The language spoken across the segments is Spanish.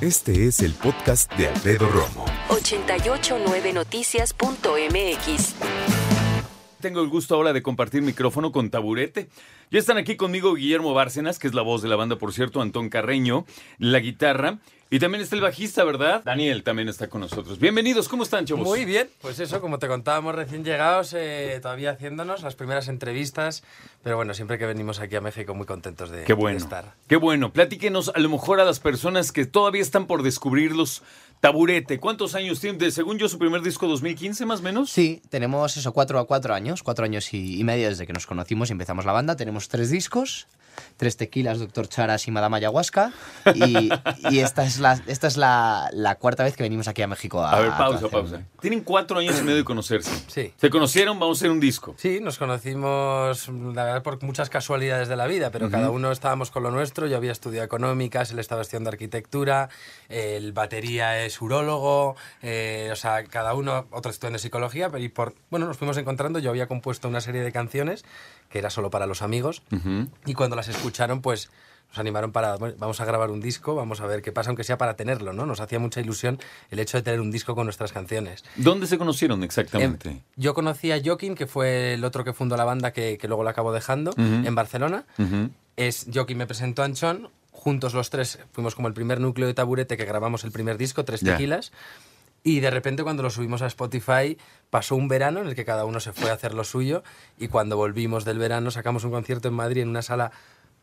Este es el podcast de Alfredo Romo. 889noticias.mx. Tengo el gusto ahora de compartir micrófono con Taburete. Ya están aquí conmigo Guillermo Bárcenas, que es la voz de la banda, por cierto, Antón Carreño, la guitarra. Y también está el bajista, ¿verdad? Daniel también está con nosotros. Bienvenidos, ¿cómo están, chavos? Muy bien, pues eso, como te contábamos, recién llegados, todavía haciéndonos las primeras entrevistas. Pero bueno, siempre que venimos aquí a México muy contentos de estar. Qué bueno. Platíquenos a lo mejor a las personas que todavía están por descubrirlos. Taburete, ¿cuántos años tiene? Según yo, su primer disco 2015, más o menos. Sí, tenemos eso, 4 años y medio desde que nos conocimos y empezamos la banda. Tenemos 3 discos, 3 tequilas, Dr. Charas y Madame Ayahuasca. Y esta es la cuarta vez que venimos aquí a México a ver, pausa. Tienen 4 años y medio de conocerse. Sí. Se conocieron, vamos a hacer un disco. Sí, nos conocimos, la verdad, por muchas casualidades de la vida, pero cada uno estábamos con lo nuestro. Yo había estudiado económicas, él estaba estudiando arquitectura, el batería es urólogo, o sea, cada uno, otro estudiando psicología, pero nos fuimos encontrando. Yo había compuesto una serie de canciones que era solo para los amigos, y cuando las escucharon, pues nos animaron para, bueno, vamos a grabar un disco, vamos a ver qué pasa, aunque sea para tenerlo, ¿no? Nos hacía mucha ilusión el hecho de tener un disco con nuestras canciones. ¿Dónde se conocieron exactamente? Yo conocí a Joaquín, que fue el otro que fundó la banda, que luego la acabó dejando, en Barcelona. Joaquín me presentó a Anchón, juntos los tres fuimos como el primer núcleo de Taburete que grabamos el primer disco, 3 tequilas. Y de repente cuando lo subimos a Spotify pasó un verano en el que cada uno se fue a hacer lo suyo, y cuando volvimos del verano sacamos un concierto en Madrid en una sala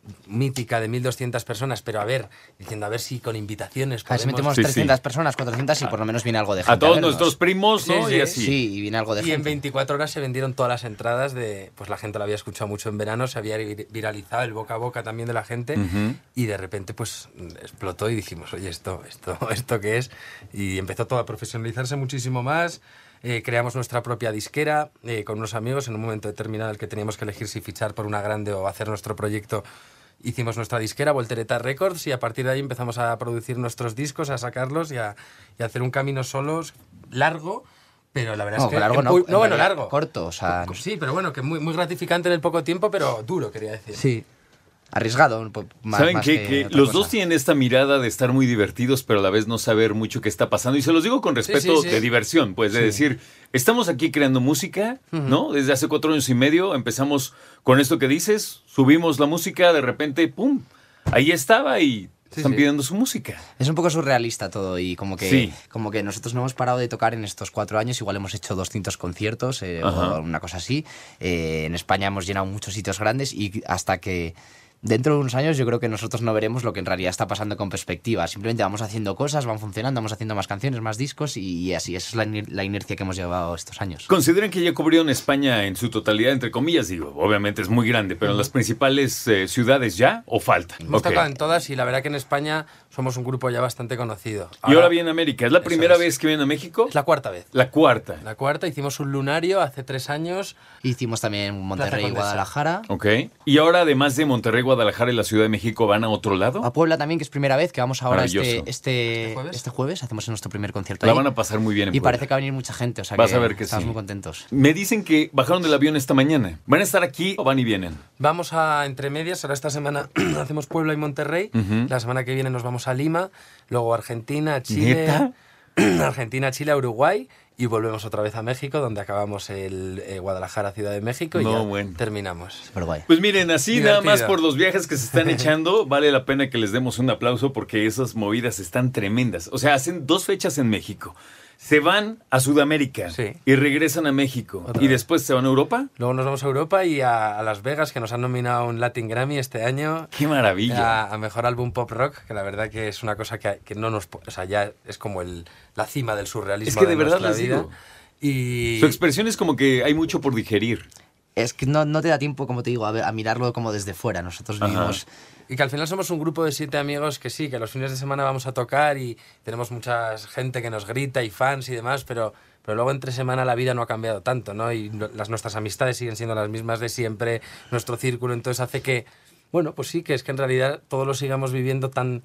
mítica de 1.200 personas, pero a ver si con invitaciones podemos... A ver si metemos 300 personas, 400 y por lo menos viene algo de gente. A todos nuestros primos, ¿no? Sí, y así. Sí, y viene algo de gente. Y en 24 horas se vendieron todas las entradas pues la gente lo había escuchado mucho en verano, se había viralizado el boca a boca también de la gente, y de repente pues explotó y dijimos, oye, ¿esto qué es? Y empezó todo a profesionalizarse muchísimo más. Creamos nuestra propia disquera con unos amigos en un momento determinado en el que teníamos que elegir si fichar por una grande o hacer nuestro proyecto. Hicimos nuestra disquera, Voltereta Records, y a partir de ahí empezamos a producir nuestros discos, a sacarlos y a hacer un camino solos largo, pero la verdad es que... largo. Corto, o sea... Sí, pero bueno, que muy gratificante en el poco tiempo, pero duro, quería decir. Sí. Arriesgado. ¿Saben qué? Que los dos tienen esta mirada de estar muy divertidos, pero a la vez no saber mucho qué está pasando. Y se los digo con respeto de diversión, pues, de decir, estamos aquí creando música, ¿no? Desde hace 4 años y medio empezamos con esto que dices, subimos la música, de repente, ¡pum! Ahí estaba y... Están pidiendo su música. Es un poco surrealista todo, y como que nosotros no hemos parado de tocar en estos 4 años. Igual hemos hecho 200 conciertos o una cosa así. En España hemos llenado muchos sitios grandes, y hasta que dentro de unos años yo creo que nosotros no veremos lo que en realidad está pasando con perspectiva. Simplemente vamos haciendo cosas, van funcionando, vamos haciendo más canciones, más discos, y así. Esa es la inercia que hemos llevado estos años. ¿Consideran que ya cubrieron España en su totalidad, entre comillas? Digo, obviamente es muy grande, pero en las principales ciudades ya, ¿o falta? Hemos tocado en todas, y la verdad que en España somos un grupo ya bastante conocido. Y ahora viene a América. ¿Es la primera vez que vienen a México? Es la 4ª vez. La cuarta. Hicimos un lunario hace 3 años. Hicimos también Monterrey y Guadalajara. Ok. Y ahora, además de Monterrey, Guadalajara y la Ciudad de México, ¿van a otro lado? A Puebla también, que es primera vez, que vamos ahora este jueves. Hacemos nuestro primer concierto La ahí. van a pasar muy bien en Y Puebla. parece que va a venir mucha gente, o sea, vas a ver que estamos muy contentos. Me dicen que bajaron del avión esta mañana. ¿Van a estar aquí o van y vienen? Vamos a entre medias. Ahora esta semana hacemos Puebla y Monterrey. La semana que viene nos vamos a Lima, luego Argentina, Chile. ¿Neta? Argentina, Chile, Uruguay, y volvemos otra vez a México, donde acabamos el Guadalajara, Ciudad de México, y terminamos. Super guay. Pues miren, así nada más por los viajes que se están echando, vale la pena que les demos un aplauso, porque esas movidas están tremendas. O sea, hacen 2 fechas en México. Se van a Sudamérica y regresan a México. ¿Y después se van a Europa? Luego nos vamos a Europa y a Las Vegas, que nos han nominado un Latin Grammy este año. ¡Qué maravilla! A Mejor Álbum Pop Rock, que la verdad que es una cosa que no nos... O sea, ya es como la cima del surrealismo. Es que de verdad nuestra les vida. digo. Y... Su expresión es como que hay mucho por digerir. Es que no te da tiempo, como te digo, a mirarlo como desde fuera. Nosotros vivimos... Y que al final somos un grupo de 7 amigos que sí, que los fines de semana vamos a tocar y tenemos mucha gente que nos grita y fans y demás, pero luego entre semana la vida no ha cambiado tanto, ¿no? Y nuestras amistades siguen siendo las mismas de siempre, nuestro círculo, entonces hace que, bueno, pues sí, que es que en realidad todos lo sigamos viviendo con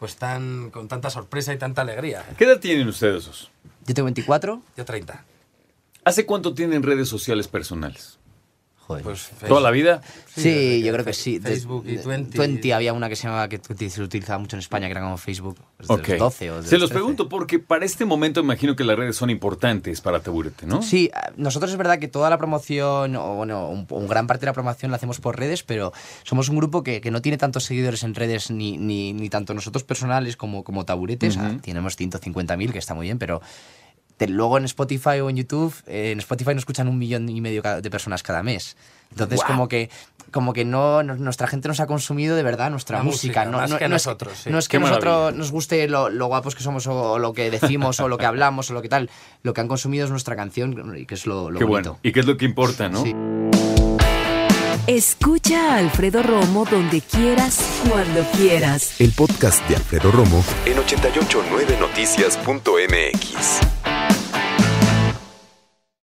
tanta sorpresa y tanta alegría. ¿Qué edad tienen ustedes dos? Yo tengo 24. Yo 30. ¿Hace cuánto tienen redes sociales personales? Joder. Pues ¿Toda la vida? Sí, yo creo que sí. Facebook y Twenty. Twenty había una que se llamaba, que se utilizaba mucho en España, que era como Facebook. Desde los 12 o desde Se los los 13. pregunto porque para este momento imagino que las redes son importantes para Taburete, ¿no? Sí, nosotros es verdad que toda la promoción, o bueno, un gran parte de la promoción la hacemos por redes, pero somos un grupo que no tiene tantos seguidores en redes, ni tanto nosotros personales como Taburete. O sea, tenemos 150.000, que está muy bien, pero luego en Spotify o en YouTube, en Spotify nos escuchan 1,5 millones de personas cada mes. Entonces, wow. como que no, nuestra gente nos ha consumido de verdad nuestra música. No que nosotros, sí. No es que a nosotros nos guste lo guapos que somos o lo que decimos o lo que hablamos o lo que tal. Lo que han consumido es nuestra canción, y que es lo Qué bonito. bueno. Y qué es lo que importa, ¿no? Sí. Escucha a Alfredo Romo donde quieras, cuando quieras. El podcast de Alfredo Romo en 889noticias.mx.